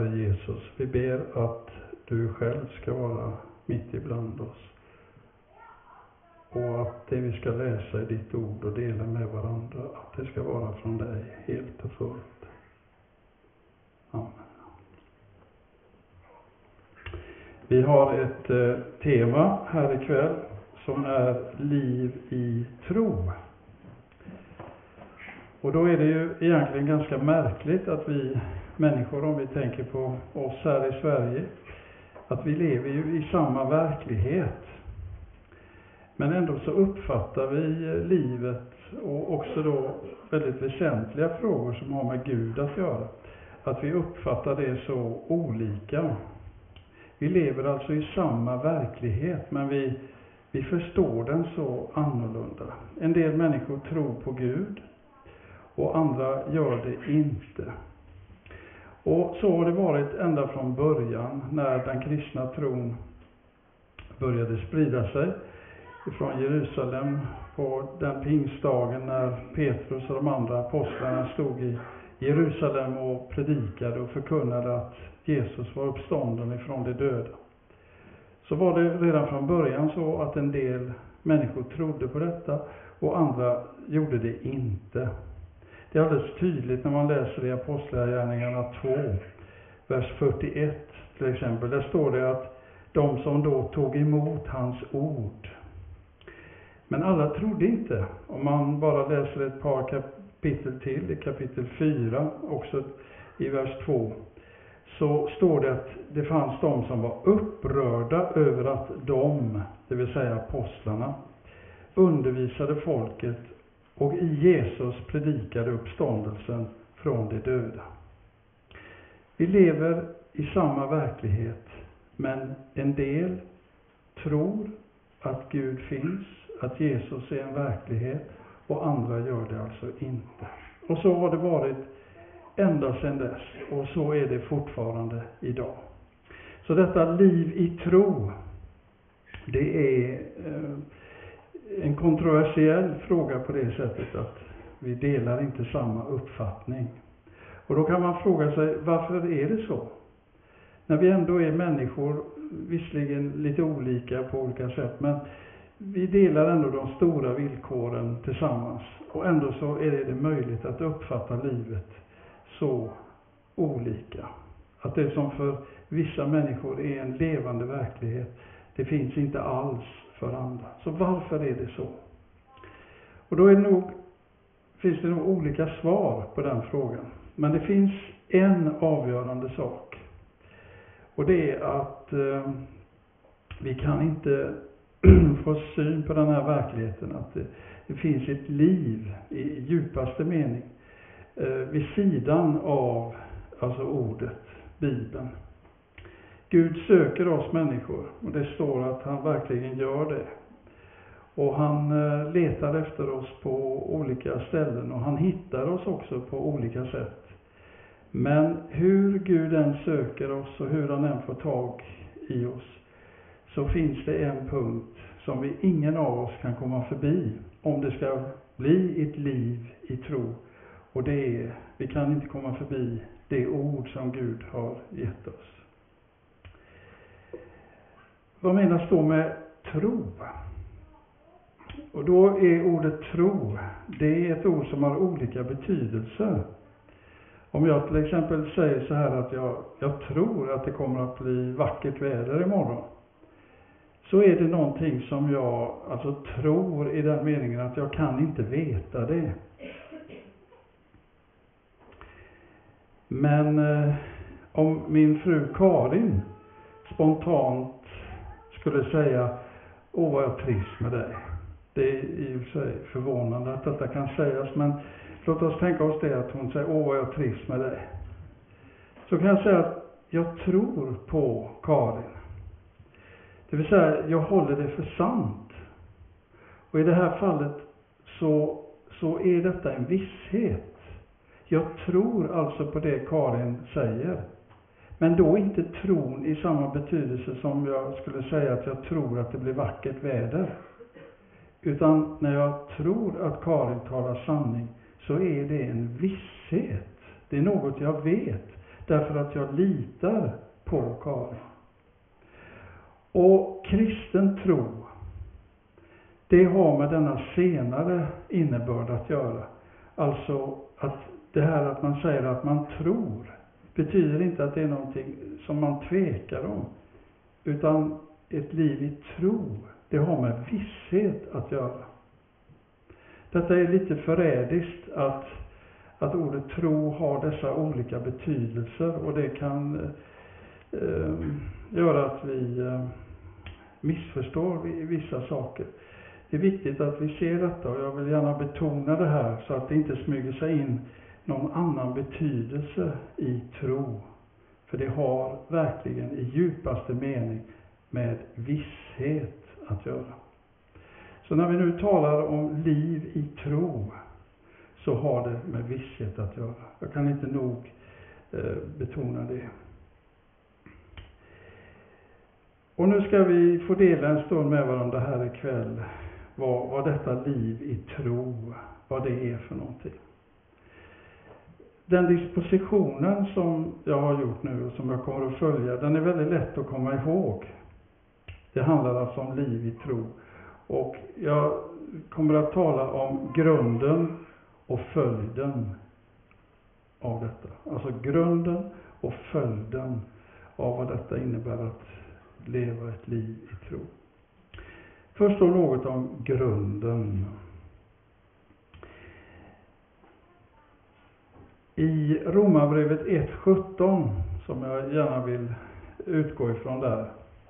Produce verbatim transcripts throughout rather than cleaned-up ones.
Herre Jesus, vi ber att du själv ska vara mitt ibland oss. Och att det vi ska läsa i ditt ord och dela med varandra, att det ska vara från dig helt och fullt. Amen. Vi har ett eh, tema här ikväll som är liv i tro. Och då är det ju egentligen ganska märkligt att vi människor, om vi tänker på oss här i Sverige, att vi lever ju i samma verklighet. Men ändå så uppfattar vi livet och också då väldigt väsentliga frågor som har med Gud att göra. Att vi uppfattar det så olika. Vi lever alltså i samma verklighet, men vi, vi förstår den så annorlunda. En del människor tror på Gud och andra gör det inte. Och så har det varit ända från början när den kristna tron började sprida sig från Jerusalem på den pingstdagen när Petrus och de andra apostlarna stod i Jerusalem och predikade och förkunnade att Jesus var uppstånden ifrån de döda. Så var det redan från början så att en del människor trodde på detta och andra gjorde det inte. Det är alldeles tydligt när man läser i Apostlagärningarna två, vers fyrtioett till exempel. Där står det att de som då tog emot hans ord. Men alla trodde inte. Om man bara läser ett par kapitel till, i kapitel fyra, också i vers två, så står det att det fanns de som var upprörda över att de, det vill säga apostlarna, undervisade folket och i Jesus predikade uppståndelsen från de döda. Vi lever i samma verklighet, men en del tror att Gud finns, att Jesus är en verklighet, och andra gör det alltså inte. Och så har det varit ända sedan dess, och så är det fortfarande idag. Så detta liv i tro, det är eh, en kontroversiell fråga på det sättet att vi delar inte samma uppfattning. Och då kan man fråga sig, varför är det så? När vi ändå är människor, visserligen lite olika på olika sätt, men vi delar ändå de stora villkoren tillsammans. Och ändå så är det möjligt att uppfatta livet så olika. Att det som för vissa människor är en levande verklighet, det finns inte alls för andra. Så varför är det så? Och då är det nog, finns det nog olika svar på den frågan. Men det finns en avgörande sak. Och det är att eh, vi kan inte få syn på den här verkligheten. Att det, det finns ett liv i djupaste mening eh, vid sidan av alltså ordet, Bibeln. Gud söker oss människor, och det står att han verkligen gör det. Och han eh, letar efter oss på olika ställen, och han hittar oss också på olika sätt. Men hur Gud än söker oss och hur han än får tag i oss, så finns det en punkt som vi ingen av oss kan komma förbi om det ska bli ett liv i tro. Och det är, vi kan inte komma förbi det ord som Gud har gett oss. Vad menas då med tro? Och då är ordet tro, det är ett ord som har olika betydelser. Om jag till exempel säger så här att jag, jag tror att det kommer att bli vackert väder imorgon, så är det någonting som jag alltså tror i den meningen att jag kan inte veta det. Men eh, om min fru Karin spontant skulle säga, åh vad jag trivs med dig. Det är i och för sig förvånande att detta kan sägas, men låt oss tänka oss det att hon säger, åh vad jag trivs med dig. Så kan jag säga att jag tror på Karin. Det vill säga, jag håller det för sant. Och i det här fallet så, så är detta en visshet. Jag tror alltså på det Karin säger. Men då inte tron i samma betydelse som jag skulle säga att jag tror att det blir vackert väder. Utan när jag tror att Karin talar sanning, så är det en visshet. Det är något jag vet. därför att jag litar på Karin. Och kristen tro, det har med denna senare innebörd att göra. Alltså att det här att man säger att man tror betyder inte att det är någonting som man tvekar om. Utan ett liv i tro, det har med visshet att göra. Detta är lite förrädiskt att, att ordet tro har dessa olika betydelser. Och det kan eh, göra att vi eh, missförstår vissa saker. Det är viktigt att vi ser detta, och jag vill gärna betona det här så att det inte smyger sig in någon annan betydelse i tro. För det har verkligen i djupaste mening med visshet att göra. Så när vi nu talar om liv i tro, så har det med visshet att göra. Jag kan inte nog eh, betona det. Och nu ska vi få dela en stund med varandra här ikväll. Vad, vad detta liv i tro, vad det är för någonting. Den dispositionen som jag har gjort nu och som jag kommer att följa, den är väldigt lätt att komma ihåg. Det handlar alltså om liv i tro. Och jag kommer att tala om grunden och följden av detta. Alltså grunden och följden av vad detta innebär att leva ett liv i tro. Först då något om grunden. I Romarbrevet ett sjutton, som jag gärna vill utgå ifrån där.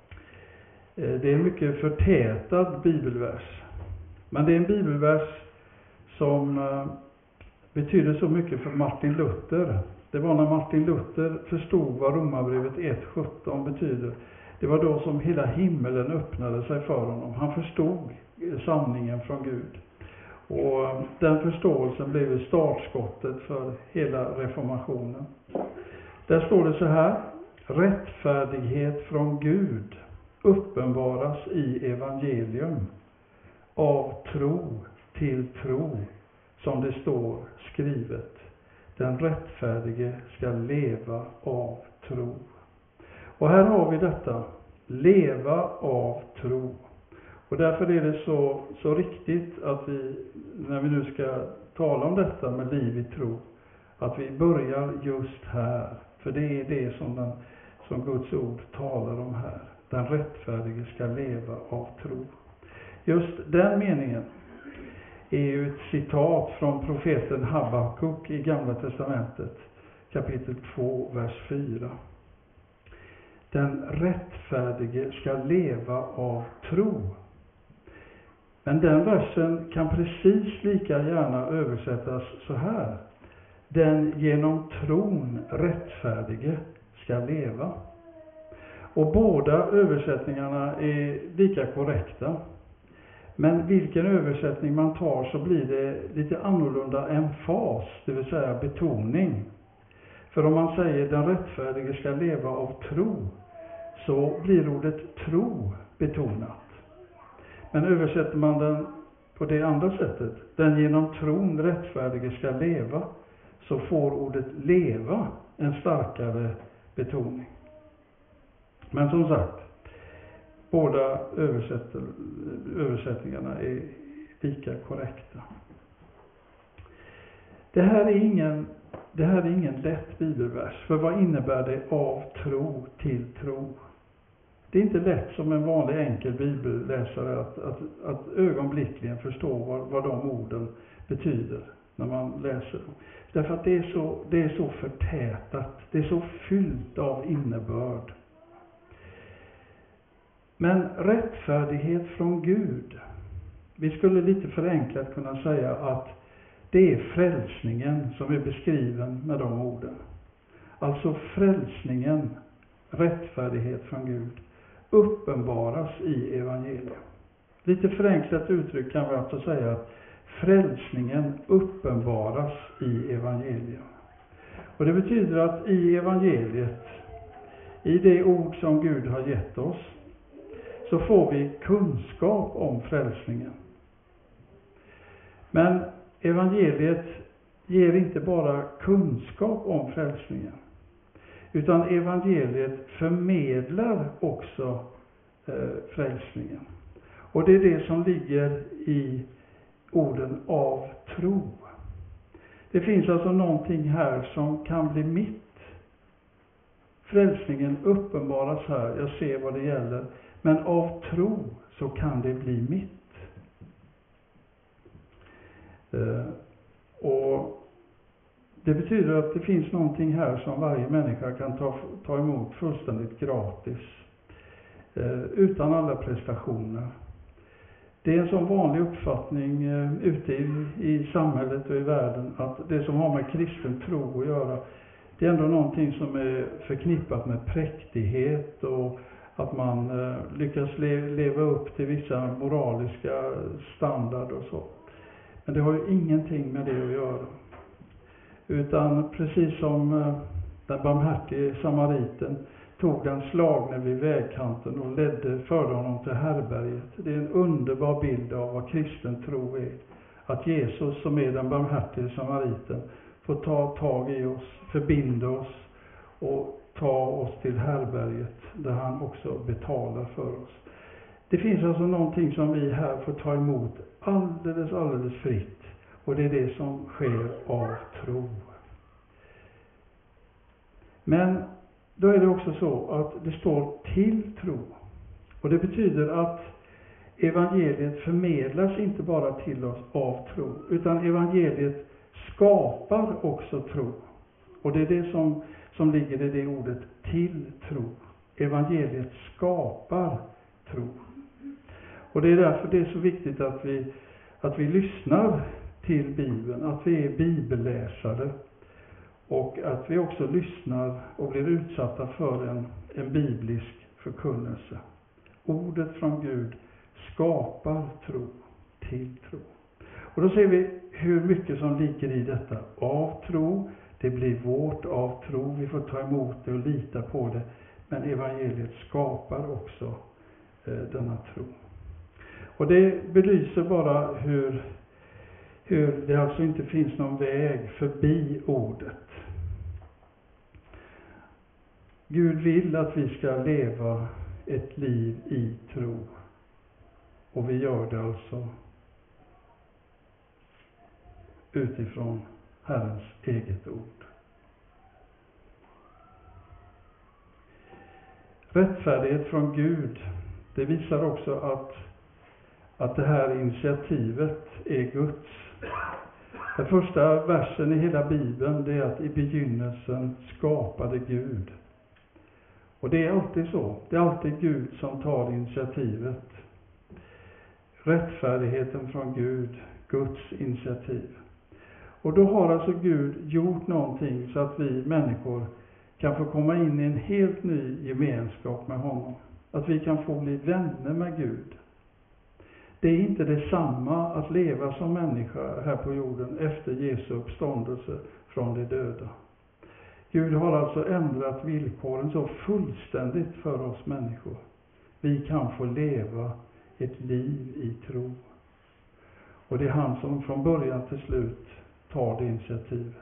Det är en mycket förtätad bibelvers. Men det är en bibelvers som betyder så mycket för Martin Luther. Det var när Martin Luther förstod vad Romarbrevet ett sjutton betyder. Det var då som hela himmelen öppnade sig för honom. Han förstod sanningen från Gud. Och den förståelsen blev startskottet för hela reformationen. Där står det så här: rättfärdighet från Gud uppenbaras i evangelium, av tro till tro, som det står skrivet. Den rättfärdige ska leva av tro. Och här har vi detta, leva av tro. Och därför är det så, så riktigt att vi, när vi nu ska tala om detta med liv i tro, att vi börjar just här. För det är det som, den, som Guds ord talar om här. Den rättfärdige ska leva av tro. Just den meningen är ju ett citat från profeten Habakuk i Gamla testamentet, kapitel två, vers fyra. Den rättfärdige ska leva av tro. Men den versen kan precis lika gärna översättas så här: den genom tron rättfärdige ska leva. Och båda översättningarna är lika korrekta. Men vilken översättning man tar så blir det lite annorlunda emfas, det vill säga betoning. För om man säger den rättfärdige ska leva av tro, så blir ordet tro betonat. Men översätter man den på det andra sättet, den genom tron rättfärdige ska leva, så får ordet leva en starkare betoning. Men som sagt, båda översättningarna är lika korrekta. Det här är ingen, det här är ingen lätt bibelvers. För vad innebär det av tro till tro? Det är inte lätt som en vanlig enkel bibelläsare att, att, att ögonblickligen förstå vad, vad de orden betyder när man läser dem. Därför att det är, så, det är så förtätat, det är så fyllt av innebörd. Men rättfärdighet från Gud, vi skulle lite förenklat kunna säga att det är frälsningen som är beskriven med de orden. Alltså frälsningen, rättfärdighet från Gud, uppenbaras i evangelium. Lite förenklat uttryck kan vi alltså säga att frälsningen uppenbaras i evangelium. Och det betyder att i evangeliet, i det ord som Gud har gett oss, så får vi kunskap om frälsningen. Men evangeliet ger inte bara kunskap om frälsningen, Utan evangeliet förmedlar också eh, frälsningen. Och det är det som ligger i orden av tro. Det finns alltså någonting här som kan bli mitt. Frälsningen uppenbaras här, jag ser vad det gäller. Men av tro så kan det bli mitt. Eh, och det betyder att det finns någonting här som varje människa kan ta, ta emot fullständigt gratis. Eh, utan alla prestationer. Det är en sån vanlig uppfattning eh, ute i, i samhället och i världen att det som har med kristen tro att göra, det är ändå någonting som är förknippat med präktighet och att man eh, lyckas le- leva upp till vissa moraliska standard och så. Men det har ju ingenting med det att göra. Utan precis som eh, den barmhärtige samariten tog den slagne vid vägkanten och ledde, förde honom till härberget. Det är en underbar bild av vad kristen tro är. Att Jesus, som är den barmhärtige samariten, får ta tag i oss, förbinda oss och ta oss till härberget där han också betalar för oss. Det finns alltså någonting som vi här får ta emot alldeles, alldeles fritt. Och det är det som sker av tro. Men då är det också så att det står till tro. Och det betyder att evangeliet förmedlas inte bara till oss av tro, utan evangeliet skapar också tro. Och det är det som, som ligger i det ordet, till tro. Evangeliet skapar tro. Och det är därför det är så viktigt att vi, att vi lyssnar till Bibeln, att vi är bibelläsare. Och att vi också lyssnar och blir utsatta för en, en biblisk förkunnelse. Ordet från Gud skapar tro, till tro. Och då ser vi hur mycket som ligger i detta. Av tro, det blir vårt av tro. Vi får ta emot det och lita på det. Men evangeliet skapar också eh, denna tro. Och det belyser bara hur, hur det alltså inte finns någon väg förbi ordet. Gud vill att vi ska leva ett liv i tro. Och vi gör det alltså utifrån Herrens eget ord. Rättfärdighet från Gud, det visar också att, att det här initiativet är Guds. Den första versen i hela Bibeln, det är att i begynnelsen skapade Gud. Och det är alltid så. Det är alltid Gud som tar initiativet. Rättfärdigheten från Gud, Guds initiativ. Och då har alltså Gud gjort någonting så att vi människor kan få komma in i en helt ny gemenskap med honom. Att vi kan få bli vänner med Gud. Det är inte detsamma att leva som människa här på jorden efter Jesu uppståndelse från de döda. Gud har alltså ändrat villkoren så fullständigt för oss människor. Vi kan få leva ett liv i tro. Och det är han som från början till slut tar det initiativet.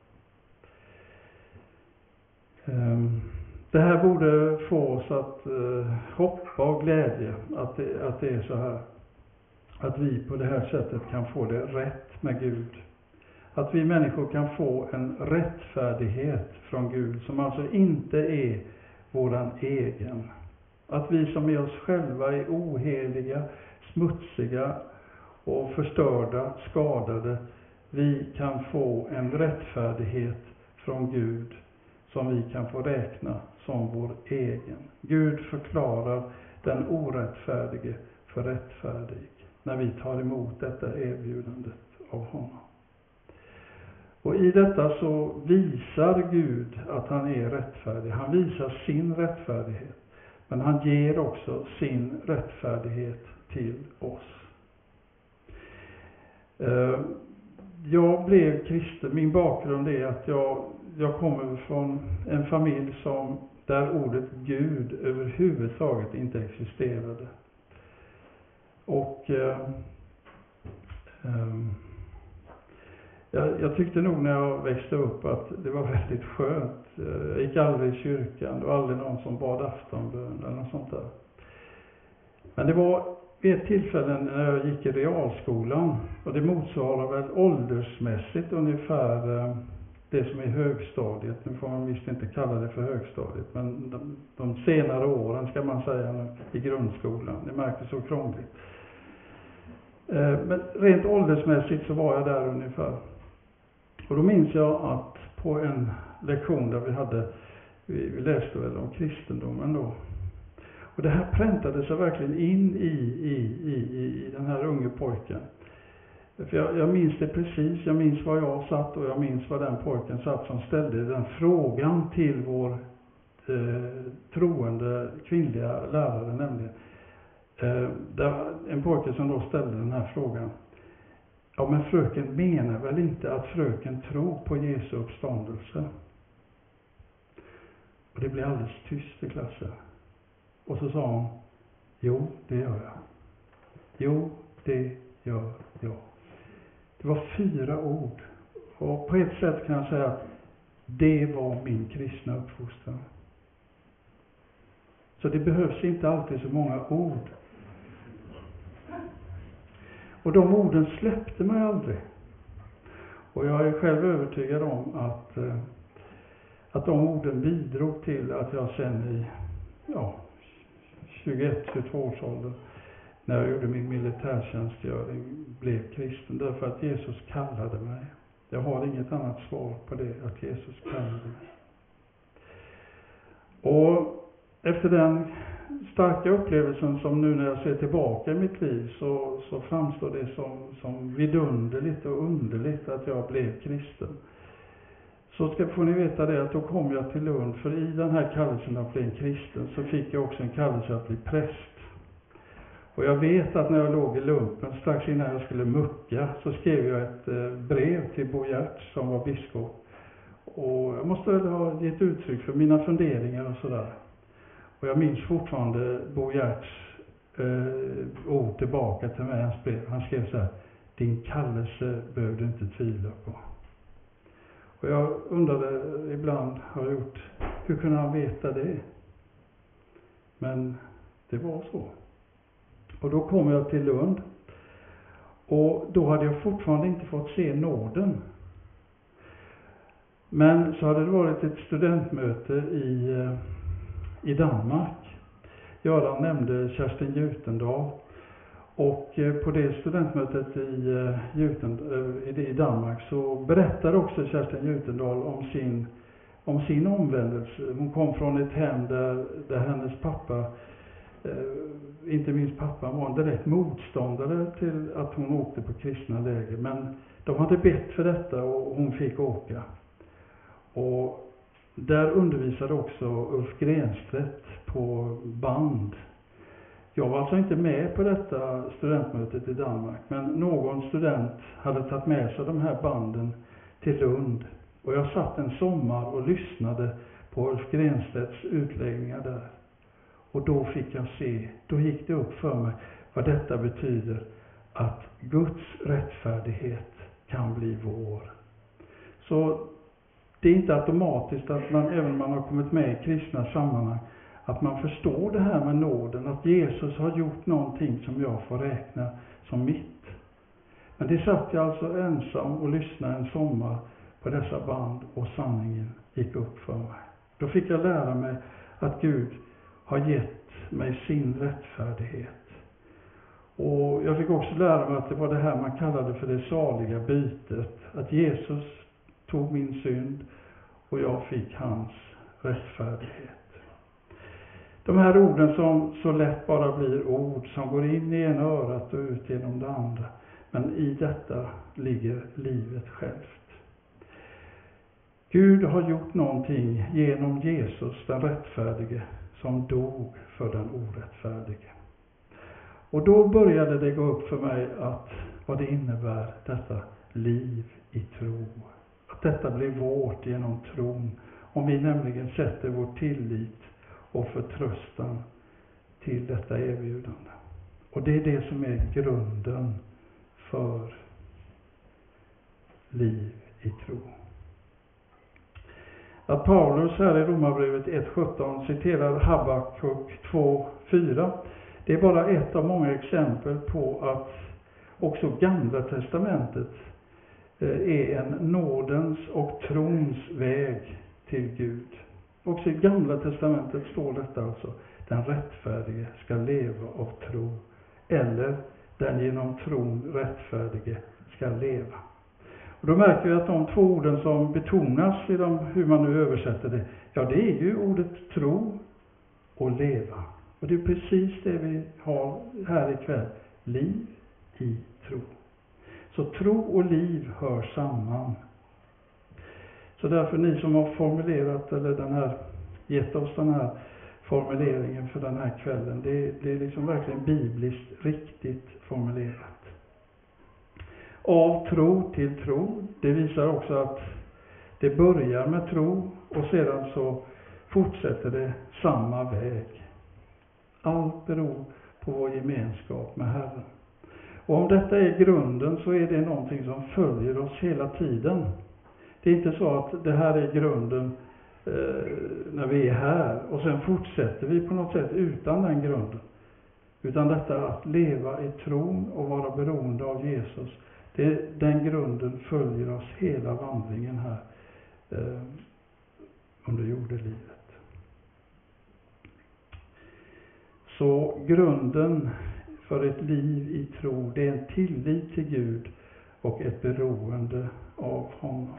Det här borde få oss att hoppa och glädje att det, att det är så här. Att vi på det här sättet kan få det rätt med Gud. Att vi människor kan få en rättfärdighet från Gud som alltså inte är våran egen. Att vi som är oss själva är oheliga, smutsiga och förstörda, skadade. Vi kan få en rättfärdighet från Gud som vi kan få räkna som vår egen. Gud förklarar den orättfärdige för rättfärdig när vi tar emot detta erbjudandet av honom. Och i detta så visar Gud att han är rättfärdig. Han visar sin rättfärdighet. Men han ger också sin rättfärdighet till oss. Jag blev kristen. Min bakgrund är att jag, jag kommer från en familj som, där ordet Gud överhuvudtaget inte existerade. Och eh, eh, Jag, jag tyckte nog när jag växte upp att det var väldigt skönt. Jag gick aldrig i kyrkan och aldrig någon som bad aftonbön eller något sånt där. Men det var vid ett tillfälle när jag gick i realskolan, och det motsvarar väl åldersmässigt ungefär det som är högstadiet. Nu får man visst inte kalla det för högstadiet, men de, de senare åren ska man säga nu, i grundskolan. Det märktes så krångligt. Men rent åldersmässigt så var jag där ungefär. Och då minns jag att på en lektion där vi hade, vi, vi läste väl om kristendomen då. Och det här präntade sig verkligen in i, i, i, i den här unge pojken. För jag, jag minns det precis, jag minns var jag satt och jag minns vad den pojken satt som ställde den frågan till vår eh, troende kvinnliga lärare nämligen. Eh, där, en pojke som då ställde den här frågan. Ja, men fröken menar väl inte att fröken tror på Jesu uppståndelse? Och det blev alldeles tyst i klassen. Och så sa hon, jo, det gör jag. Jo, det gör jag. Det var fyra ord. Och på ett sätt kan jag säga att det var min kristna uppfostran. Så det behövs inte alltid så många ord. Och de orden släppte mig aldrig. Och jag är själv övertygad om att, att de orden bidrog till att jag sen i ja, tjugoett till tjugotvå års ålder, när jag gjorde min militärtjänstgöring, blev kristen. Därför att Jesus kallade mig. Jag har inget annat svar på det, att Jesus kallade mig. Och efter den starka upplevelsen som nu när jag ser tillbaka i mitt liv så, så framstår det som, som vidunderligt och underligt att jag blev kristen. Så ska få ni veta det att då kom jag till Lund, för i den här kallelsen att bli en kristen så fick jag också en kallelse att bli präst. Och jag vet att när jag låg i lumpen strax innan jag skulle mucka så skrev jag ett brev till Bo Giertz som var biskop. Och jag måste väl ha gett uttryck för mina funderingar och sådär. Och jag minns fortfarande Bo Giertz eh, ord tillbaka till mig. Han skrev, han skrev så här: din kallelse behöver du inte tvivla på. Och jag undrade ibland, har jag gjort, hur kunde han veta det? Men det var så. Och då kom jag till Lund. Och då hade jag fortfarande inte fått se nåden. Men så hade det varit ett studentmöte i, i Danmark. Göran nämnde Kerstin Jutendal. Och på det studentmötet i, Juten, i Danmark så berättade också Kerstin Jutendal om sin, om sin omvändelse. Hon kom från ett hem där, där hennes pappa, inte minst pappa, var en direkt motståndare till att hon åkte på kristna läger. Men de hade bett för detta och hon fick åka. Och där undervisade också Ulf Grenstedt på band. Jag var alltså inte med på detta studentmötet i Danmark, men någon student hade tagit med sig de här banden till Lund. Och jag satt en sommar och lyssnade på Ulf Grenstedts utläggningar där. Och då fick jag se, då gick det upp för mig vad detta betyder, att Guds rättfärdighet kan bli vår. Så det är inte automatiskt att man, även om man har kommit med i kristna sammanhang, att man förstår det här med nåden, att Jesus har gjort någonting som jag får räkna som mitt. Men det satt jag alltså ensam och lyssnade en sommar på dessa band och sanningen gick upp för mig. Då fick jag lära mig att Gud har gett mig sin rättfärdighet. Och jag fick också lära mig att det var det här man kallade för det saliga bytet. Att Jesus tog min synd och jag fick hans rättfärdighet. De här orden som så lätt bara blir ord som går in i ena örat och ut genom det andra. Men i detta ligger livet självt. Gud har gjort någonting genom Jesus, den rättfärdige, som dog för den orättfärdige. Och då började det gå upp för mig att vad det innebär, detta liv i tro. Att detta blir vårt genom tron. Om vi nämligen sätter vår tillit och förtröstan till detta erbjudande. Och det är det som är grunden för liv i tro. Att Paulus här i Romarbrevet ett sjutton citerar Habakuk två fyra, det är bara ett av många exempel på att också Gamla testamentet är en nådens och trons väg till Gud. Också i Gamla testamentet står detta alltså: den rättfärdige ska leva av tro, eller den genom tron rättfärdige ska leva. Och då märker vi att de två orden som betonas i dem, hur man nu översätter det, ja, det är ju ordet tro och leva. Och det är precis det vi har här ikväll: liv i tro. Så tro och liv hör samman. Så därför, ni som har formulerat eller den här, gett oss den här formuleringen för den här kvällen, det, det är liksom verkligen bibliskt riktigt formulerat. Av tro till tro, det visar också att det börjar med tro och sedan så fortsätter det samma väg. Allt beror på vår gemenskap med Herren. Och om detta är grunden, så är det någonting som följer oss hela tiden. Det är inte så att det här är grunden eh, när vi är här och sen fortsätter vi på något sätt utan den grunden. Utan detta att leva i tron och vara beroende av Jesus, det, den grunden följer oss hela vandringen här eh, under jordelivet. Så grunden för ett liv i tro, det är en tillit till Gud och ett beroende av honom.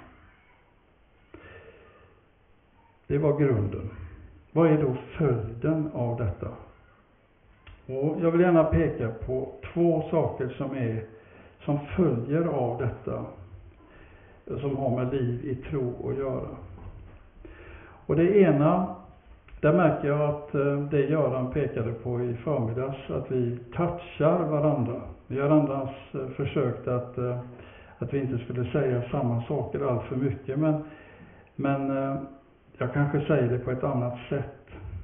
Det var grunden. Vad är då följden av detta? Och jag vill gärna peka på två saker som är som följer av detta, som har med liv i tro att göra. Och det ena, där märker jag att det Göran pekade på i förmiddags, att vi touchar varandra. Vi har annars försökt att, att vi inte skulle säga samma saker allt för mycket, men, men jag kanske säger det på ett annat sätt.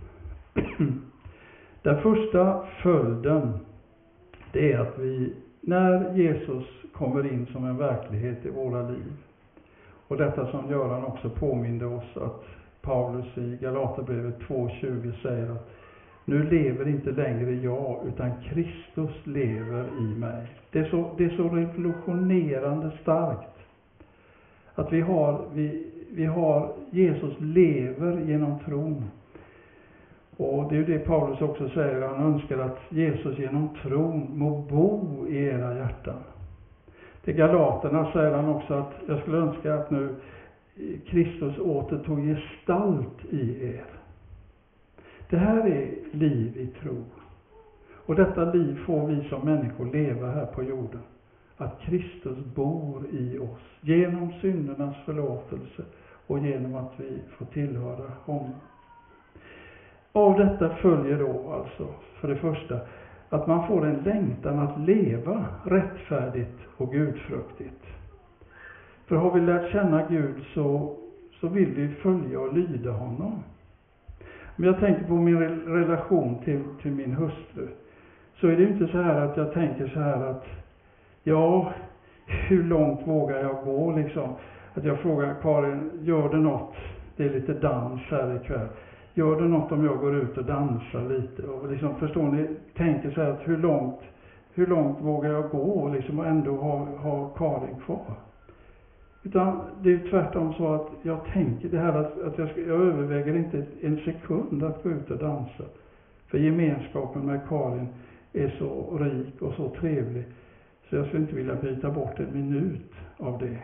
Den första följden, det är att vi, när Jesus kommer in som en verklighet i våra liv, och detta som Göran också påminde oss, att Paulus i Galaterbrevet två tjugo säger att nu lever inte längre jag, utan Kristus lever i mig. Det är så, det är så revolutionerande starkt att vi har, vi, vi har Jesus lever genom tron. Och det är ju det Paulus också säger, han önskar att Jesus genom tron må bo i era hjärtan. Till Galaterna säger han också att jag skulle önska att nu Kristus återtog gestalt i er. Det här är liv i tro. Och detta liv får vi som människor leva här på jorden. Att Kristus bor i oss genom syndernas förlåtelse och genom att vi får tillhöra honom. Av detta följer då alltså för det första att man får en längtan att leva rättfärdigt och gudfruktigt. För har vi lärt känna Gud så, så vill vi följa och lyda honom. Men jag tänker på min relation till, till min hustru, så är det inte så här att jag tänker så här att ja, hur långt vågar jag gå liksom? Att jag frågar Karin, gör det något? Det är lite dans här ikväll. Gör det något om jag går ut och dansar lite? Och liksom, förstår ni, tänker så här att hur långt, hur långt vågar jag gå liksom, och ändå ha, ha Karin kvar? Utan det är tvärtom så att jag tänker det här att, att jag, ska, jag överväger inte en sekund att gå ut och dansa. För gemenskapen med Karin är så rik och så trevlig. Så jag skulle inte vilja byta bort en minut av det.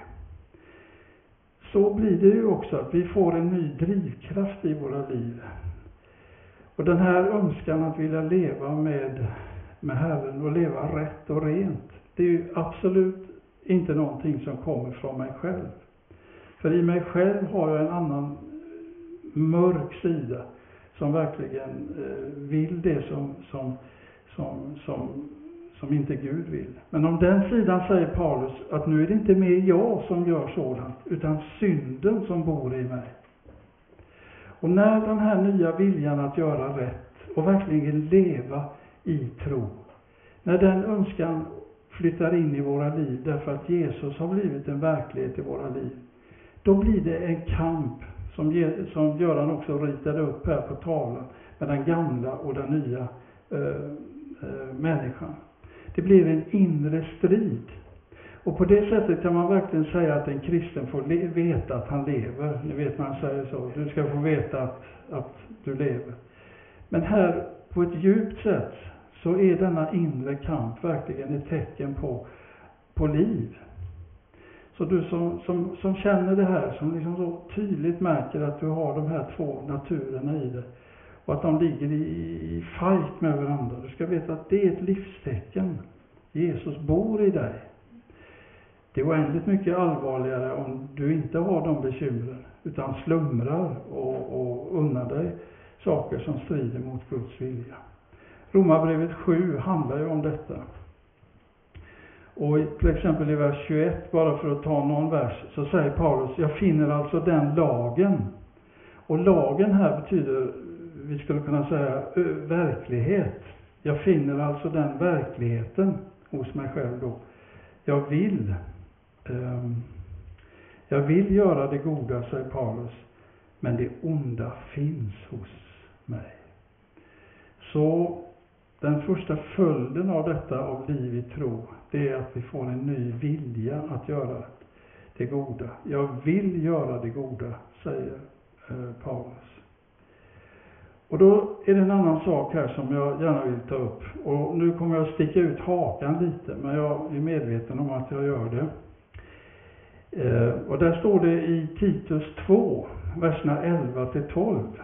Så blir det ju också att vi får en ny drivkraft i våra liv. Och den här önskan att vilja leva med, med Herren och leva rätt och rent, det är ju absolut inte någonting som kommer från mig själv. För i mig själv har jag en annan mörk sida som verkligen vill det som, som, som, som, som inte Gud vill. Men om den sidan säger Paulus att nu är det inte mer jag som gör sådant, utan synden som bor i mig. Och när den här nya viljan att göra rätt och verkligen leva i tro, när den önskan flyttar in i våra liv därför att Jesus har blivit en verklighet i våra liv, då blir det en kamp som, som Göran också ritade upp här på tavlan med den gamla och den nya äh, äh, människan. Det blir en inre strid. Och på det sättet kan man verkligen säga att en kristen får le- veta att han lever. Ni vet man säger så. Du ska få veta att, att du lever. Men här på ett djupt sätt så är denna inre kamp verkligen ett tecken på, på liv. Så du som, som, som känner det här, som liksom så tydligt märker att du har de här två naturerna i dig. Och att de ligger i, i fight med varandra. Du ska veta att det är ett livstecken. Jesus bor i dig. Det är oändligt mycket allvarligare om du inte har de bekymren, utan slumrar och, och unnar dig saker som strider mot Guds vilja. Romarbrevet sju handlar ju om detta. Och till exempel i vers tjugoett, bara för att ta någon vers, så säger Paulus: jag finner alltså den lagen. Och lagen här betyder, vi skulle kunna säga, verklighet. Jag finner alltså den verkligheten hos mig själv då. Jag vill, um, jag vill göra det goda, säger Paulus, men det onda finns hos mig. Så den första följden av detta, av liv i tro, det är att vi får en ny vilja att göra det goda. Jag vill göra det goda, säger eh, Paulus. Och då är det en annan sak här som jag gärna vill ta upp. Och nu kommer jag sticka ut hakan lite, men jag är medveten om att jag gör det. Eh, och där står det i Titus två, verserna elva till tolv.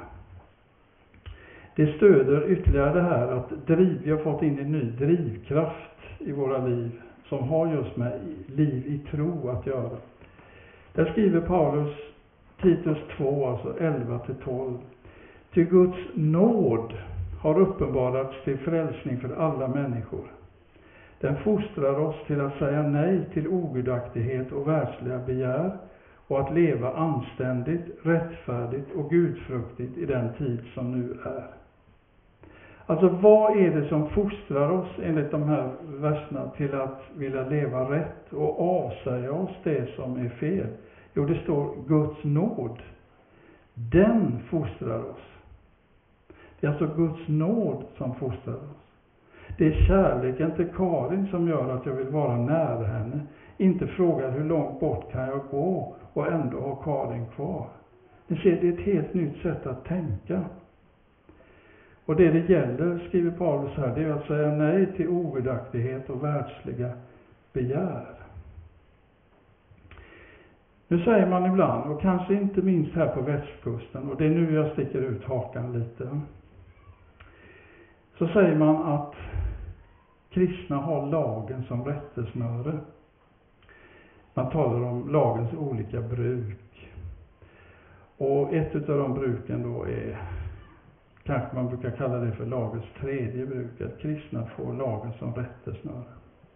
Det stöder ytterligare det här att driv, vi har fått in en ny drivkraft i våra liv som har just med liv i tro att göra. Där skriver Paulus, Titus två, alltså elva till tolv. Ty Guds nåd har uppenbarats till frälsning för alla människor. Den fostrar oss till att säga nej till ogudaktighet och världsliga begär och att leva anständigt, rättfärdigt och gudfruktigt i den tid som nu är. Alltså vad är det som fostrar oss enligt de här verserna till att vilja leva rätt och avsäga oss det som är fel? Jo, det står Guds nåd. Den fostrar oss. Det är alltså Guds nåd som fostrar oss. Det är kärleken till Karin som gör att jag vill vara nära henne. Inte fråga hur långt bort kan jag gå och ändå ha Karin kvar. Ni ser, det är ett helt nytt sätt att tänka. Och det det gäller, skriver Paulus här, det är att säga nej till ogudaktighet och världsliga begär. Nu säger man ibland, och kanske inte minst här på västkusten, och det är nu jag sticker ut hakan lite. Så säger man att kristna har lagen som rättesnöre. Man talar om lagens olika bruk. Och ett av de bruken då är, kanske man brukar kalla det för lagens tredje bruk, att kristna får lagen som rättesnöre.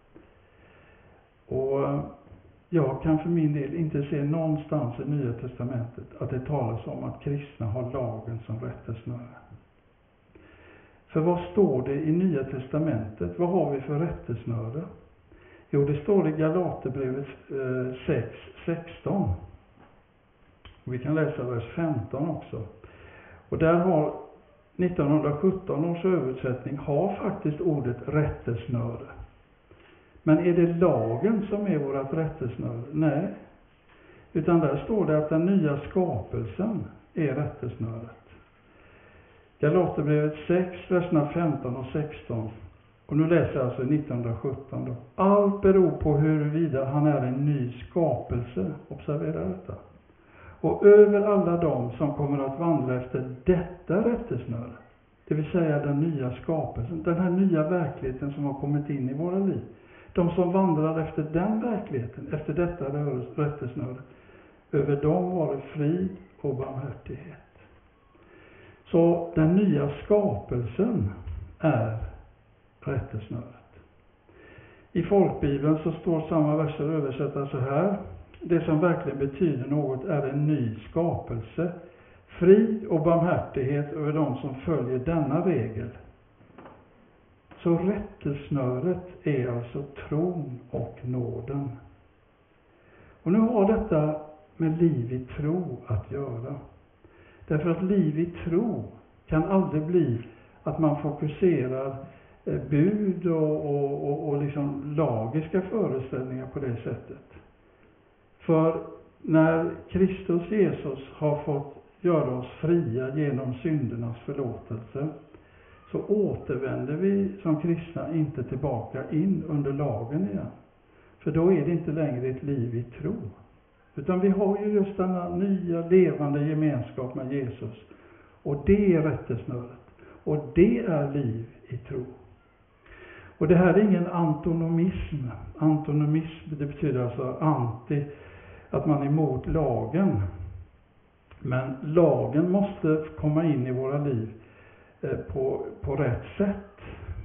Och jag kan för min del inte se någonstans i Nya testamentet att det talas om att kristna har lagen som rättesnöre. För vad står det i Nya testamentet? Vad har vi för rättesnöre? Jo, det står i Galaterbrevet sex sexton. Vi kan läsa vers femton också. Och där har nittonhundrasjutton års översättning har faktiskt ordet rättesnöre. Men är det lagen som är vårt rättesnöre? Nej. Utan där står det att den nya skapelsen är rättesnöret. Galaterbrevet sex, verserna femton och sexton. Och nu läser jag alltså nittonhundrasjutton då. Allt beror på huruvida han är en ny skapelse. Observera detta. Och över alla dem som kommer att vandra efter detta rättesnöre, det vill säga den nya skapelsen, den här nya verkligheten som har kommit in i våra liv. De som vandrar efter den verkligheten, efter detta rättesnöre, över dem var det frid och barmhärtighet. Så den nya skapelsen är rättesnöret. I folkbibeln så står samma verser översatta så här. Det som verkligen betyder något är en ny skapelse. Frid och barmhärtighet över de som följer denna regel. Så rättesnöret är alltså tron och nåden. Och nu har detta med liv i tro att göra. Därför att liv i tro kan aldrig bli att man fokuserar bud och, och, och, och liksom lagiska föreställningar på det sättet. För när Kristus Jesus har fått göra oss fria genom syndernas förlåtelse, så återvänder vi som kristna inte tillbaka in under lagen igen. För då är det inte längre ett liv i tro. Utan vi har ju just denna nya levande gemenskap med Jesus. Och det är rättesnöret. Och det är liv i tro. Och det här är ingen antinomism. Antinomism, det betyder alltså anti, att man är emot lagen. Men lagen måste komma in i våra liv eh, på, på rätt sätt.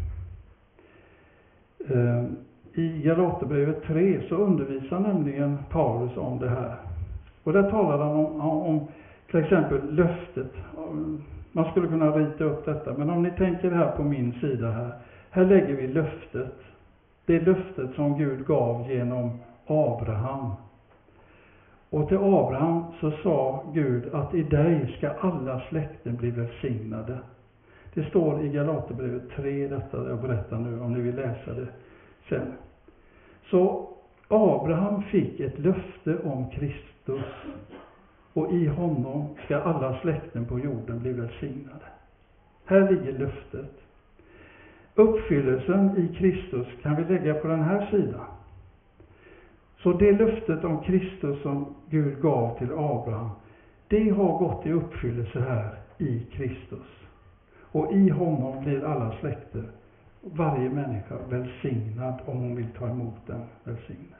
Eh, I Galaterbrevet tre så undervisar nämligen Paulus om det här. Och där talar han om, om till exempel löftet. Man skulle kunna rita upp detta, men om ni tänker här på min sida här. Här lägger vi löftet. Det är löftet som Gud gav genom Abraham. Och till Abraham så sa Gud att i dig ska alla släkten bli välsignade. Det står i Galaterbrevet tre, detta jag berättar nu, om ni vill läsa det sen. Så Abraham fick ett löfte om Kristus. Och i honom ska alla släkten på jorden bli välsignade. Här ligger löftet. Uppfyllelsen i Kristus kan vi lägga på den här sidan. Så det löftet om Kristus som Gud gav till Abraham, det har gått i uppfyllelse här i Kristus. Och i honom blir alla släkter, varje människa välsignad om hon vill ta emot den välsignelsen.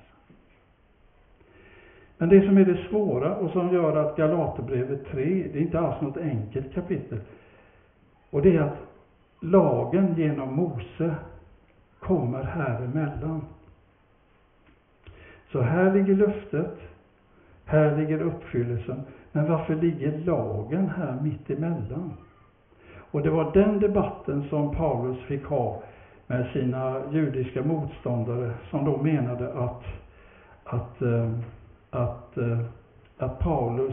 Men det som är det svåra och som gör att Galaterbrevet tre, det är inte alls något enkelt kapitel. Och det är att lagen genom Mose kommer här emellan. Så här ligger löftet, här ligger uppfyllelsen. Men varför ligger lagen här mitt emellan? Och det var den debatten som Paulus fick ha med sina judiska motståndare, som då menade att, att, att, att Paulus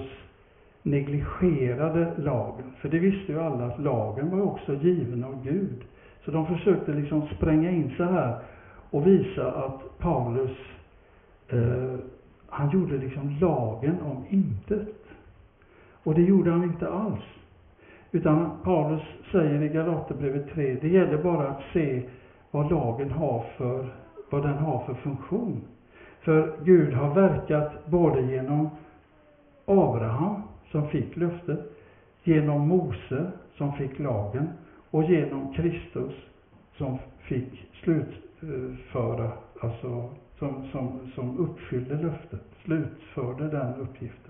negligerade lagen. För det visste ju alla att lagen var också given av Gud. Så de försökte liksom spränga in så här och visa att Paulus Uh, han gjorde liksom lagen om intet. Och det gjorde han inte alls. Utan Paulus säger i Galaterbrevet tre, det gäller bara att se vad lagen har för, vad den har för funktion. För Gud har verkat både genom Abraham som fick löftet, genom Mose som fick lagen och genom Kristus som fick slutföra, alltså Som, som, som uppfyllde löftet, slutförde den uppgiften.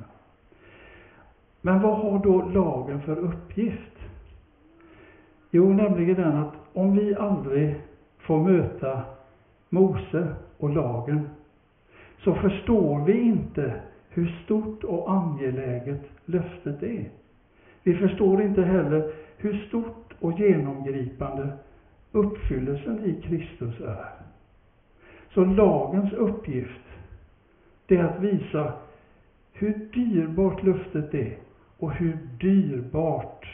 Men vad har då lagen för uppgift? Jo, nämligen den att om vi aldrig får möta Mose och lagen, så förstår vi inte hur stort och angeläget löftet är. Vi förstår inte heller hur stort och genomgripande uppfyllelsen i Kristus är. Så lagens uppgift, det är att visa hur dyrbart löftet är och hur dyrbart,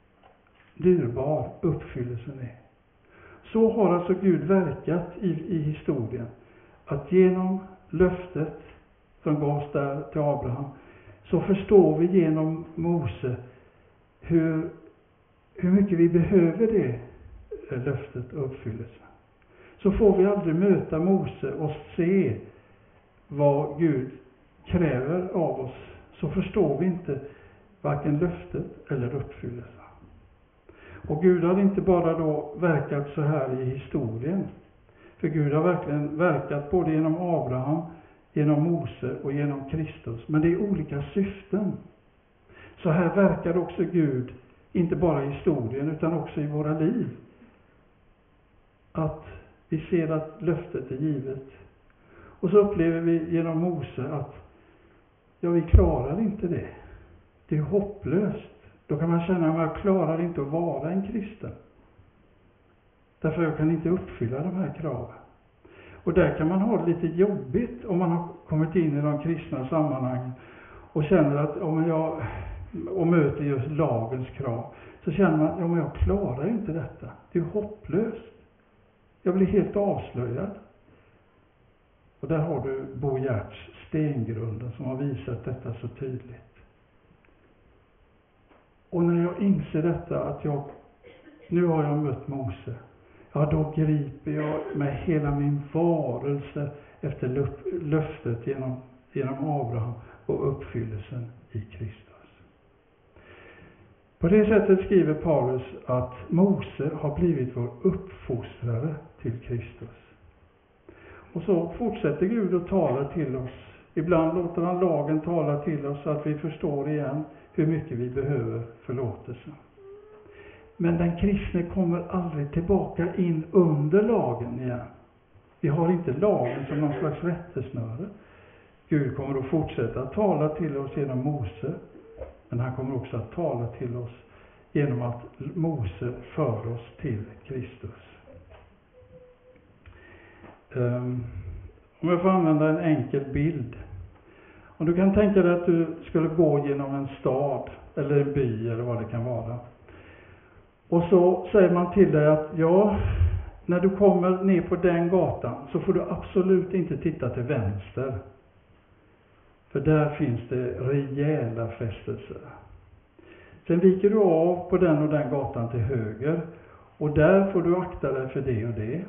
dyrbar uppfyllelsen är. Så har alltså Gud verkat i, i historien. Att genom löftet som gavs där till Abraham, så förstår vi genom Mose hur, hur mycket vi behöver det löftet och uppfyllelsen. Så får vi aldrig möta Mose och se vad Gud kräver av oss, så förstår vi inte varken löftet eller uppfyllelsen. Och Gud har inte bara då verkat så här i historien. För Gud har verkligen verkat både genom Abraham, genom Mose och genom Kristus. Men det är olika syften. Så här verkar också Gud, inte bara i historien utan också i våra liv. Att vi ser att löftet är givet. Och så upplever vi genom Mose att ja, vi klarar inte det. Det är hopplöst. Då kan man känna att man klarar inte att vara en kristen. Därför jag kan inte uppfylla de här kraven. Och där kan man ha det lite jobbigt om man har kommit in i de kristna sammanhangen och känner att om jag och möter just lagens krav, så känner man, ja men jag klarar ju inte detta. Det är hopplöst. Jag blir helt avslöjad. Och där har du Bo Giertz stengrunden som har visat detta så tydligt. Och när jag inser detta, att jag nu har jag mött Mose, ja då griper jag med hela min varelse efter löftet genom, genom Abraham och uppfyllelsen i Kristus. På det sättet skriver Paulus att Mose har blivit vår uppfostrare till Kristus. Och så fortsätter Gud att tala till oss. Ibland låter han lagen tala till oss så att vi förstår igen hur mycket vi behöver förlåtelse. Men den kristne kommer aldrig tillbaka in under lagen igen. Vi har inte lagen som någon slags rättesnöre. Gud kommer att fortsätta att tala till oss genom Mose. Men han kommer också att tala till oss genom att Mose för oss till Kristus. Um, om jag får använda en enkel bild. Om du kan tänka dig att du skulle gå genom en stad eller en by eller vad det kan vara. Och så säger man till dig att ja, när du kommer ner på den gatan så får du absolut inte titta till vänster. För där finns det rejäla frestelser. Sen viker du av på den och den gatan till höger. Och där får du akta dig för det och det.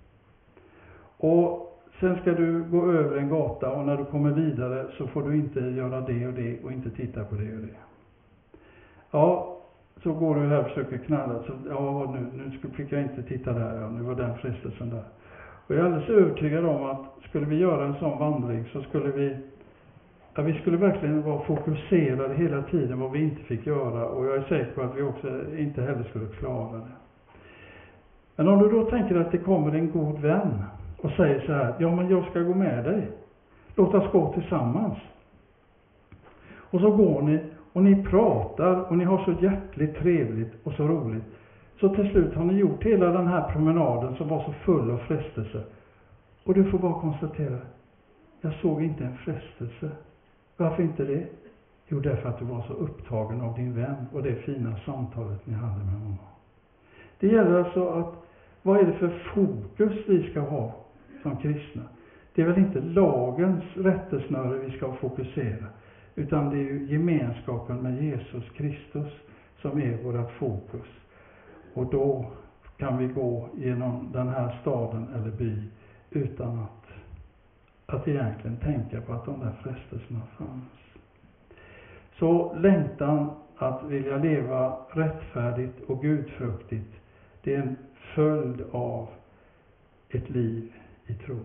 Och sen ska du gå över en gata och när du kommer vidare så får du inte göra det och det och inte titta på det och det. Ja, så går du här och försöker knalla. Så, ja, nu, nu fick jag inte titta där. Ja, nu var den frestelsen där. Och jag är alldeles övertygad om att skulle vi göra en sån vandring så skulle vi Ja, vi skulle verkligen vara fokuserade hela tiden vad vi inte fick göra. Och jag är säker på att vi också inte heller skulle klara det. Men om du då tänker att det kommer en god vän och säger så här: ja men jag ska gå med dig. Låt oss gå tillsammans. Och så går ni och ni pratar och ni har så hjärtligt trevligt och så roligt. Så till slut har ni gjort hela den här promenaden som var så full av frestelse. Och du får bara konstatera: jag såg inte en frestelse. Varför inte det? Jo, därför att du var så upptagen av din vän och det fina samtalet ni hade med honom. Det gäller alltså att, vad är det för fokus vi ska ha som kristna? Det är väl inte lagens rättesnöre vi ska fokusera, utan det är ju gemenskapen med Jesus Kristus som är vårt fokus. Och då kan vi gå genom den här staden eller by utan att att egentligen tänka på att de där frestelserna fanns. Så längtan att vilja leva rättfärdigt och gudfruktigt, det är en följd av ett liv i tro.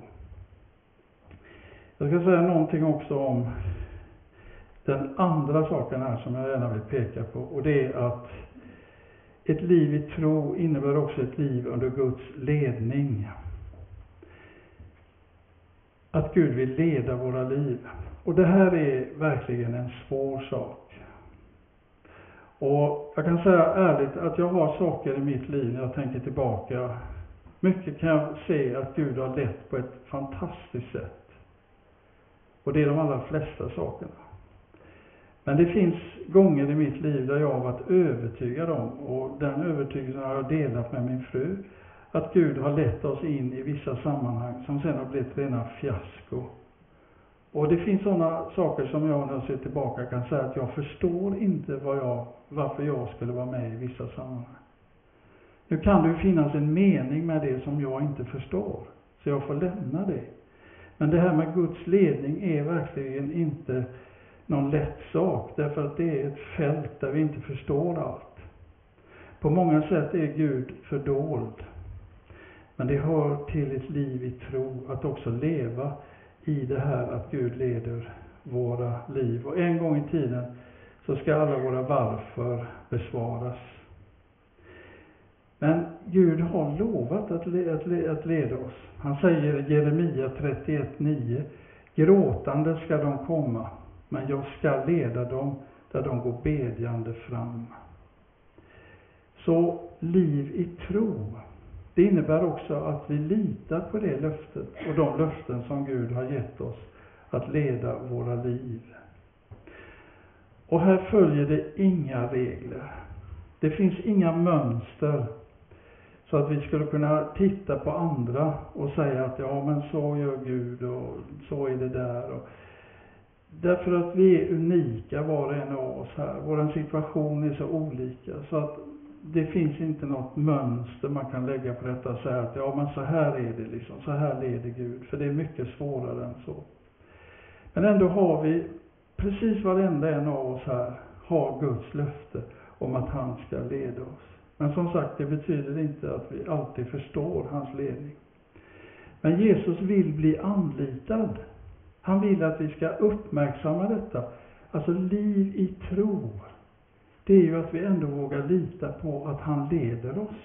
Jag ska säga någonting också om den andra saken här som jag gärna vill peka på. Och det är att ett liv i tro innebär också ett liv under Guds ledning. Att Gud vill leda våra liv. Och det här är verkligen en svår sak. Och jag kan säga ärligt att jag har saker i mitt liv när jag tänker tillbaka. Mycket kan jag se att Gud har lett på ett fantastiskt sätt. Och det är de allra flesta sakerna. Men det finns gånger i mitt liv där jag har varit övertygad om, och den övertygelsen har jag delat med min fru, att Gud har lett oss in i vissa sammanhang som sen har blivit rena fiasko. Och det finns sådana saker som jag när jag ser tillbaka kan säga att jag förstår inte vad jag, varför jag skulle vara med i vissa sammanhang. Nu kan det ju finnas en mening med det som jag inte förstår, så jag får lämna det. Men det här med Guds ledning är verkligen inte någon lätt sak, därför att det är ett fält där vi inte förstår allt. På många sätt är Gud fördold. Men det hör till ett liv i tro att också leva i det här att Gud leder våra liv. Och en gång i tiden så ska alla våra varför besvaras. Men Gud har lovat att, le- att, le- att leda oss. Han säger i Jeremia trettioett nio: gråtande ska de komma, men jag ska leda dem där de går bedjande fram. Så liv i tro, Det innebär också att vi litar på det löftet och de löften som Gud har gett oss att leda våra liv. Och här följer det inga regler. Det finns inga mönster så att vi skulle kunna titta på andra och säga att ja, men så gör Gud och så är det där. Och därför att vi är unika var och en av oss här. Vår situation är så olika så att det finns inte något mönster man kan lägga på detta och säga att ja, men så här är det liksom, så här leder Gud. För det är mycket svårare än så. Men ändå har vi, precis varenda en av oss här har Guds löfte om att han ska leda oss. Men som sagt, det betyder inte att vi alltid förstår hans ledning. Men Jesus vill bli anlitad. Han vill att vi ska uppmärksamma detta. Alltså liv i tro. Det är ju att vi ändå vågar lita på att han leder oss.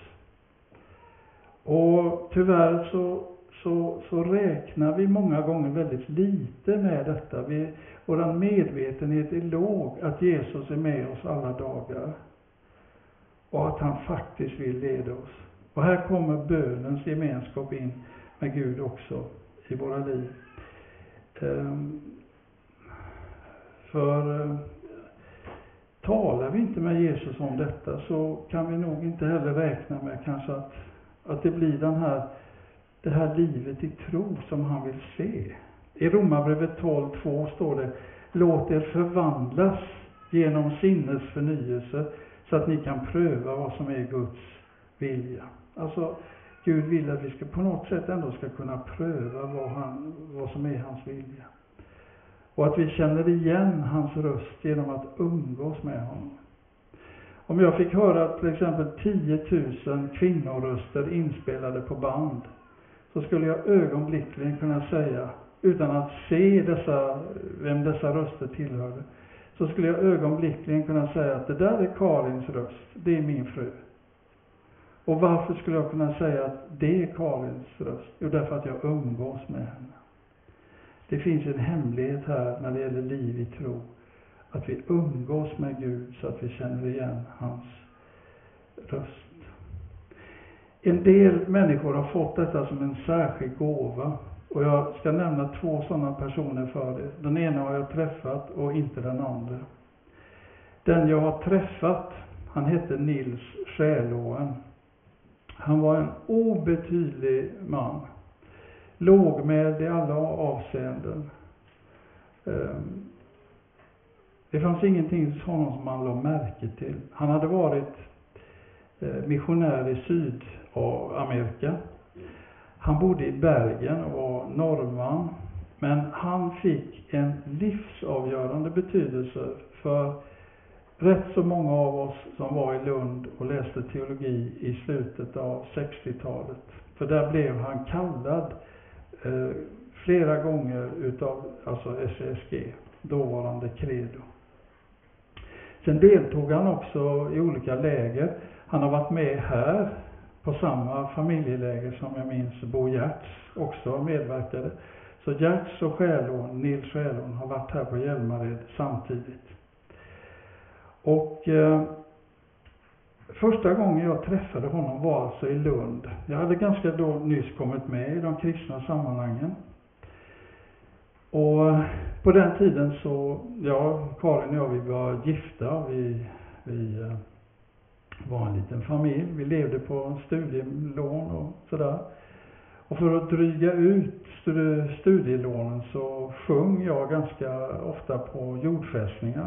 Och tyvärr så, så, så räknar vi många gånger väldigt lite med detta. Vi, vår medvetenhet är låg att Jesus är med oss alla dagar. Och att han faktiskt vill leda oss. Och här kommer bönens gemenskap in med Gud också i våra liv. Um, för uh, talar vi inte med Jesus om detta så kan vi nog inte heller räkna med kanske att, att det blir den här, det här livet i tro som han vill se. I Romarbrevet tolv två står det: låt er förvandlas genom sinnes förnyelse så att ni kan pröva vad som är Guds vilja. Alltså Gud vill att vi ska på något sätt ändå ska kunna pröva vad, han, vad som är hans vilja. Och att vi känner igen hans röst genom att umgås med honom. Om jag fick höra till exempel tio tusen kvinnoröster inspelade på band, så skulle jag ögonblickligen kunna säga, utan att se dessa, vem dessa röster tillhörde, så skulle jag ögonblickligen kunna säga att det där är Karins röst, det är min fru. Och varför skulle jag kunna säga att det är Karins röst? Jo, därför att jag umgås med henne. Det finns en hemlighet här när det gäller liv i tro. Att vi umgås med Gud så att vi känner igen hans röst. En del människor har fått detta som en särskild gåva. Och jag ska nämna två sådana personer för er. Den ena har jag träffat och inte den andra. Den jag har träffat, han hette Nils Själåen. Han var en obetydlig man. Lågmäld i alla avseenden. Det fanns ingenting hos honom som man lade märke till. Han hade varit missionär i Sydamerika. Han bodde i Bergen och var norrman. Men han fick en livsavgörande betydelse för rätt så många av oss som var i Lund och läste teologi i slutet av sextiotalet. För där blev han kallad eh, flera gånger utav alltså S C S G, dåvarande Credo. Sen deltog han också i olika läger. Han har varit med här på samma familjeläger som jag minns Bo Gertz också medverkade. Så Gertz och Själån, Nils Själån, har varit här på Hjälmared samtidigt. Och eh, första gången jag träffade honom var alltså i Lund. Jag hade ganska då nyss kommit med i de kristna sammanhangen. Och på den tiden så, ja, Karin och jag, vi var gifta. Vi, vi eh, var en liten familj. Vi levde på studielån och sådär. Och för att dryga ut studielånen så sjöng jag ganska ofta på jordfästningar.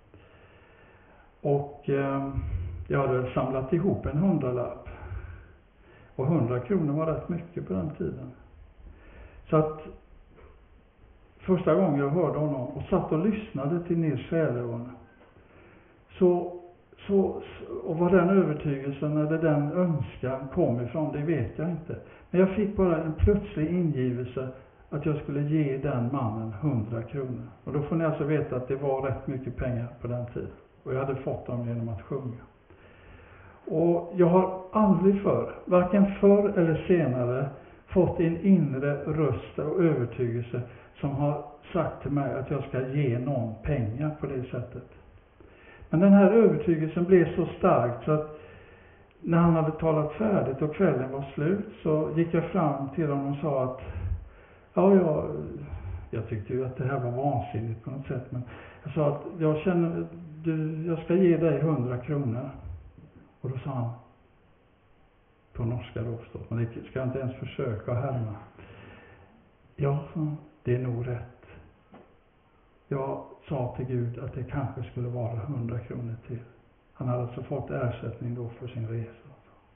Och eh, jag hade väl samlat ihop en hundralapp. Och hundra kronor var rätt mycket på den tiden. Så att första gången jag hörde honom och satt och lyssnade till Nils Själån, så, så, och var den övertygelsen eller den önskan kom ifrån, det vet jag inte. Men jag fick bara en plötslig ingivelse att jag skulle ge den mannen hundra kronor. Och då får ni alltså veta att det var rätt mycket pengar på den tiden. Och jag hade fått dem genom att sjunga. Och jag har aldrig förr, varken förr eller senare, fått en inre röst och övertygelse som har sagt till mig att jag ska ge någon pengar på det sättet. Men den här övertygelsen blev så stark så att när han hade talat färdigt och kvällen var slut, så gick jag fram till honom och sa att ja, jag, jag tyckte ju att det här var vansinnigt på något sätt, men jag sa att jag känner, du, jag ska ge dig hundra kronor. Och då sa han, på norska då förstås, men det ska jag inte ens försöka härma. Ja, så, det är nog rätt. Jag sa till Gud att det kanske skulle vara hundra kronor till. Han hade alltså fått ersättning då för sin resa.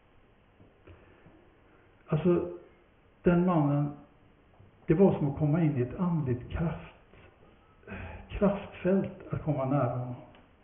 Alltså, den mannen, det var som att komma in i ett andligt kraft, kraftfält att komma nära honom.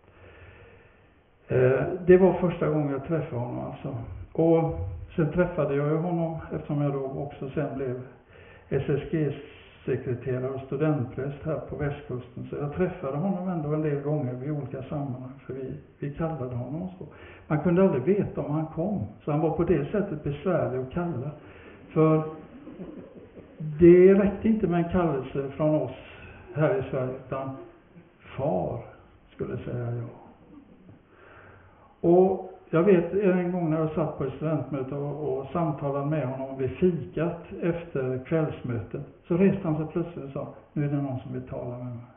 Eh, det var första gången jag träffade honom alltså. Och sen träffade jag ju honom, eftersom jag då också sen blev S S G-sekreterare och studentpräst här på västkusten. Så jag träffade honom ändå en del gånger vid olika sammanhang, för vi, vi kallade honom så. Man kunde aldrig veta om han kom, så han var på det sättet besvärlig att kalla. För det räckte inte med en kallelse från oss här i Sverige, utan far skulle säga jag. Och jag vet en gång när jag satt på ett studentmöte och, och samtalade med honom vid fikat efter kvällsmötet, så reste han sig plötsligt och sa, nu är det någon som vill tala med mig.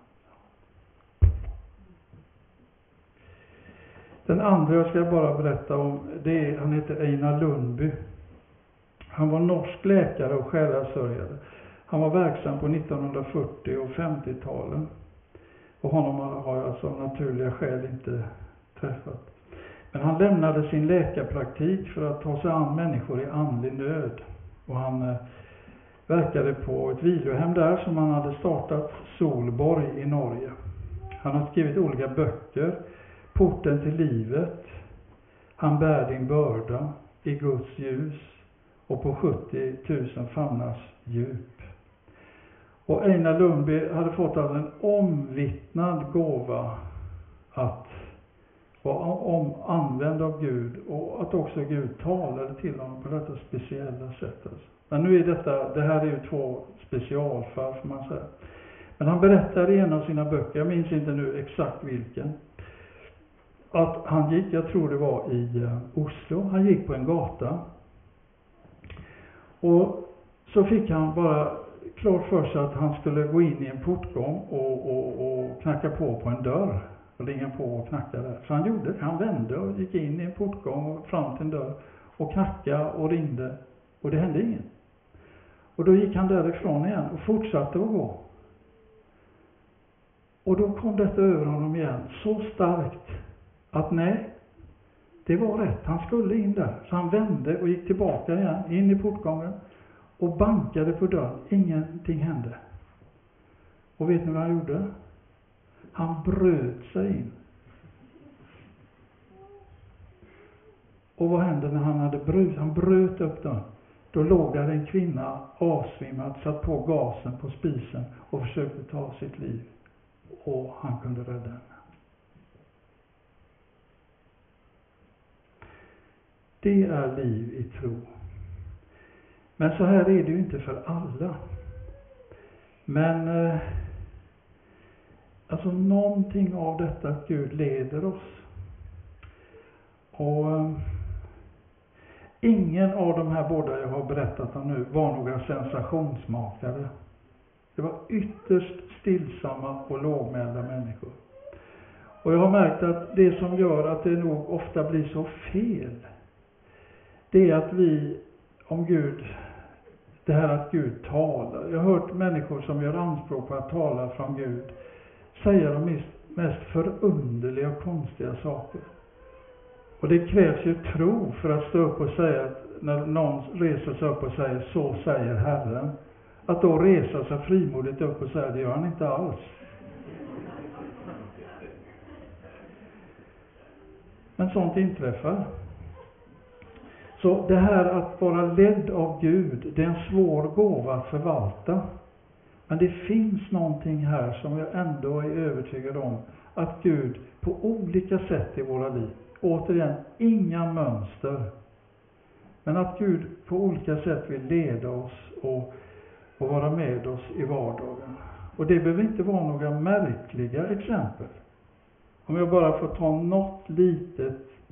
Den andra jag ska bara berätta om, det är, han heter Einar Lundby. Han var norsk läkare och själasörjare. Han var verksam på nittonhundrafyrtio- och femtio-talen. Och honom har jag alltså av naturliga skäl inte träffat. Men han lämnade sin läkarpraktik för att ta sig an människor i andlig nöd. Och han eh, verkade på ett vilohem där som han hade startat, Solborg i Norge. Han har skrivit olika böcker, Porten till livet, Han bär din börda, I Guds ljus och på sjuttio tusen famnars djup. Och Einar Lundby hade fått alltså en omvittnad gåva att vara om, använd av Gud, och att också Gud talade till honom på detta speciella sätt. Alltså. Men nu är detta, det här är ju två specialfall får man säga. Men han berättade i en av sina böcker, jag minns inte nu exakt vilken, att han gick, jag tror det var i Oslo, han gick på en gata. Och så fick han bara klart för sig att han skulle gå in i en portgång och, och, och knacka på på en dörr. Och ringa på och knacka där. Så han gjorde det. Han vände och gick in i en portgång och fram till en dörr. Och knackade och ringde. Och det hände inget. Och då gick han därifrån igen och fortsatte att gå. Och då kom detta över honom igen. Så starkt att nej, det var rätt. Han skulle in där. Så han vände och gick tillbaka igen. In i portgången. Och bankade på dörren. Ingenting hände. Och vet ni vad han gjorde? Han bröt sig in. Och vad hände när han hade bröt? Han bröt upp dörren. Då låg där en kvinna avsvimmad, satt på gasen på spisen och försökte ta sitt liv. Och han kunde rädda henne. Det är liv i tro. Men så här är det ju inte för alla. Men eh, alltså någonting av detta att Gud leder oss. Och eh, ingen av de här båda jag har berättat om nu var några sensationsmakare. Det var ytterst stillsamma och lågmälda människor. Och jag har märkt att det som gör att det nog ofta blir så fel, det är att vi, om Gud, det här att Gud talar. Jag har hört människor som gör anspråk på att tala från Gud säga de mest, mest förunderliga och konstiga saker. Och det krävs ju tro för att stå upp och säga, att när någon reser sig upp och säger så säger Herren, att då resa sig frimodigt upp och säga det gör han inte alls. Men sånt inträffar. Så det här att vara ledd av Gud, det är en svår gåva att förvalta. Men det finns någonting här som jag ändå är övertygad om, att Gud på olika sätt i våra liv, återigen inga mönster, men att Gud på olika sätt vill leda oss och, och vara med oss i vardagen. Och det behöver inte vara några märkliga exempel. Om jag bara får ta något litet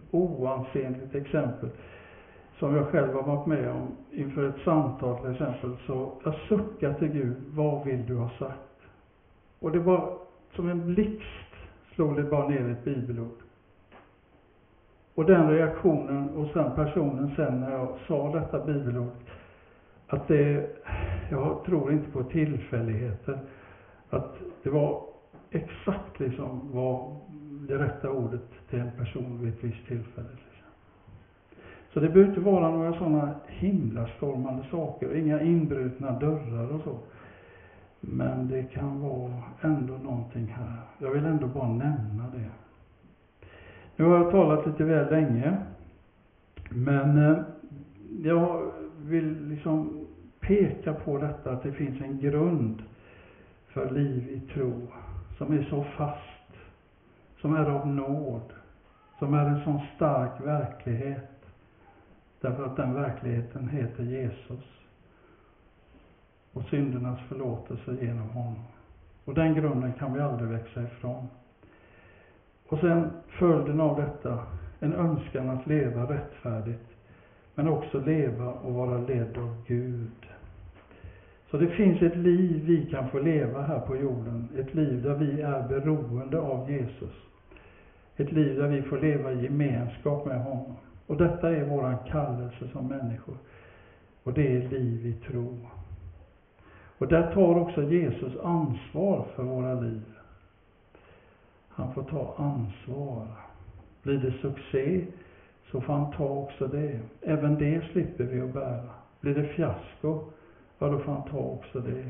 oansenligt exempel som jag själv har varit med om inför ett samtal till exempel. Så jag suckar till Gud, vad vill du ha sagt? Och det var som en blixt, slog det bara ner ett bibelord. Och den reaktionen och sen personen sen när jag sa detta bibelord, att det, jag tror inte på tillfälligheter, att det var exakt liksom var det rätta ordet till en person vid ett visst tillfälle. Så det behöver inte vara några sådana himlastormande saker, inga inbrutna dörrar och så. Men det kan vara ändå någonting här. Jag vill ändå bara nämna det. Nu har jag talat lite väl länge, men eh, jag vill liksom peka på detta att det finns en grund för liv i tro som är så fast, som är av nåd, som är en sån stark verklighet. Därför att den verkligheten heter Jesus och syndernas förlåtelse genom honom. Och den grunden kan vi aldrig växa ifrån. Och sen följden av detta, en önskan att leva rättfärdigt, men också leva och vara ledd av Gud. Så det finns ett liv vi kan få leva här på jorden, ett liv där vi är beroende av Jesus. Ett liv där vi får leva i gemenskap med honom. Och detta är våran kallelse som människor. Och det är liv i tro. Och där tar också Jesus ansvar för våra liv. Han får ta ansvar. Blir det succé så får han ta också det. Även det slipper vi att bära. Blir det fiasko, ja då får han ta också det.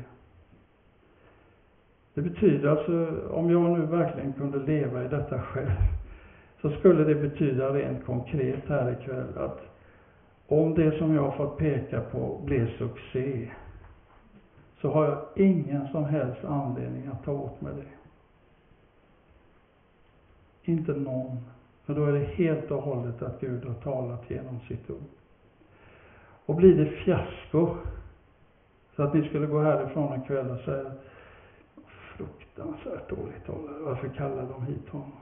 Det betyder alltså, om jag nu verkligen kunde leva i detta själv, så skulle det betyda rent konkret här ikväll att om det som jag har fått peka på blir succé, så har jag ingen som helst anledning att ta åt mig det. Inte någon. För då är det helt och hållet att Gud har talat genom sitt ord. Och blir det fiasko, så att ni skulle gå härifrån en kväll och säga fruktansvärt dåligt talare, varför kallar de hit honom?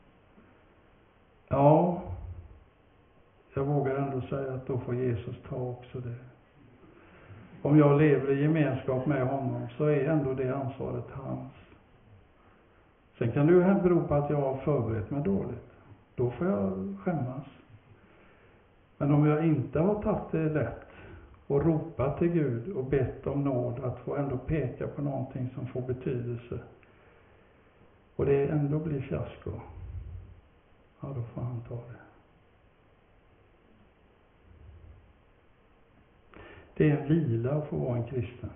Ja, jag vågar ändå säga att då får Jesus ta också det. Om jag lever i gemenskap med honom så är ändå det ansvaret hans. Sen kan det ju bero på att jag har förberett mig dåligt. Då får jag skämmas. Men om jag inte har tagit det lätt och ropat till Gud och bett om nåd att få ändå peka på någonting som får betydelse, och det ändå blir fiasko, ja då får han ta det. Det är en vila att få vara en kristen.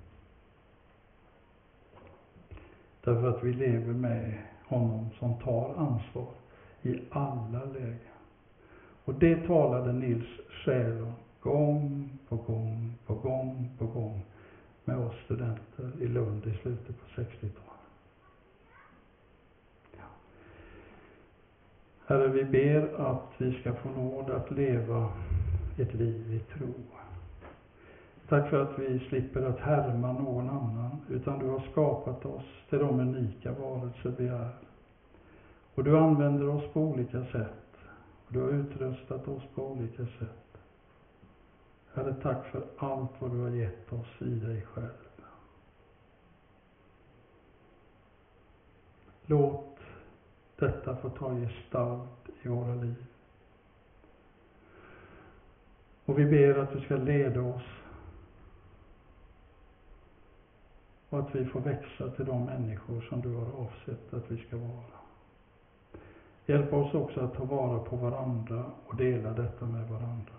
Därför att vi lever med honom som tar ansvar i alla lägen. Och det talade Nils själv om gång på gång på gång på gång med oss studenter i Lund i slutet på sextiotalet. Ja. Herre, vi ber att vi ska få nåd att leva ett liv i tro. Tack för att vi slipper att härma någon annan, utan du har skapat oss till de unika varelser vi är. Och du använder oss på olika sätt. Och du har utrustat oss på olika sätt. Herre, tack för allt vad du har gett oss i dig själv. Låt detta få ta gestalt i våra liv. Och vi ber att du ska leda oss. Och att vi får växa till de människor som du har avsett att vi ska vara. Hjälp oss också att ta vara på varandra och dela detta med varandra.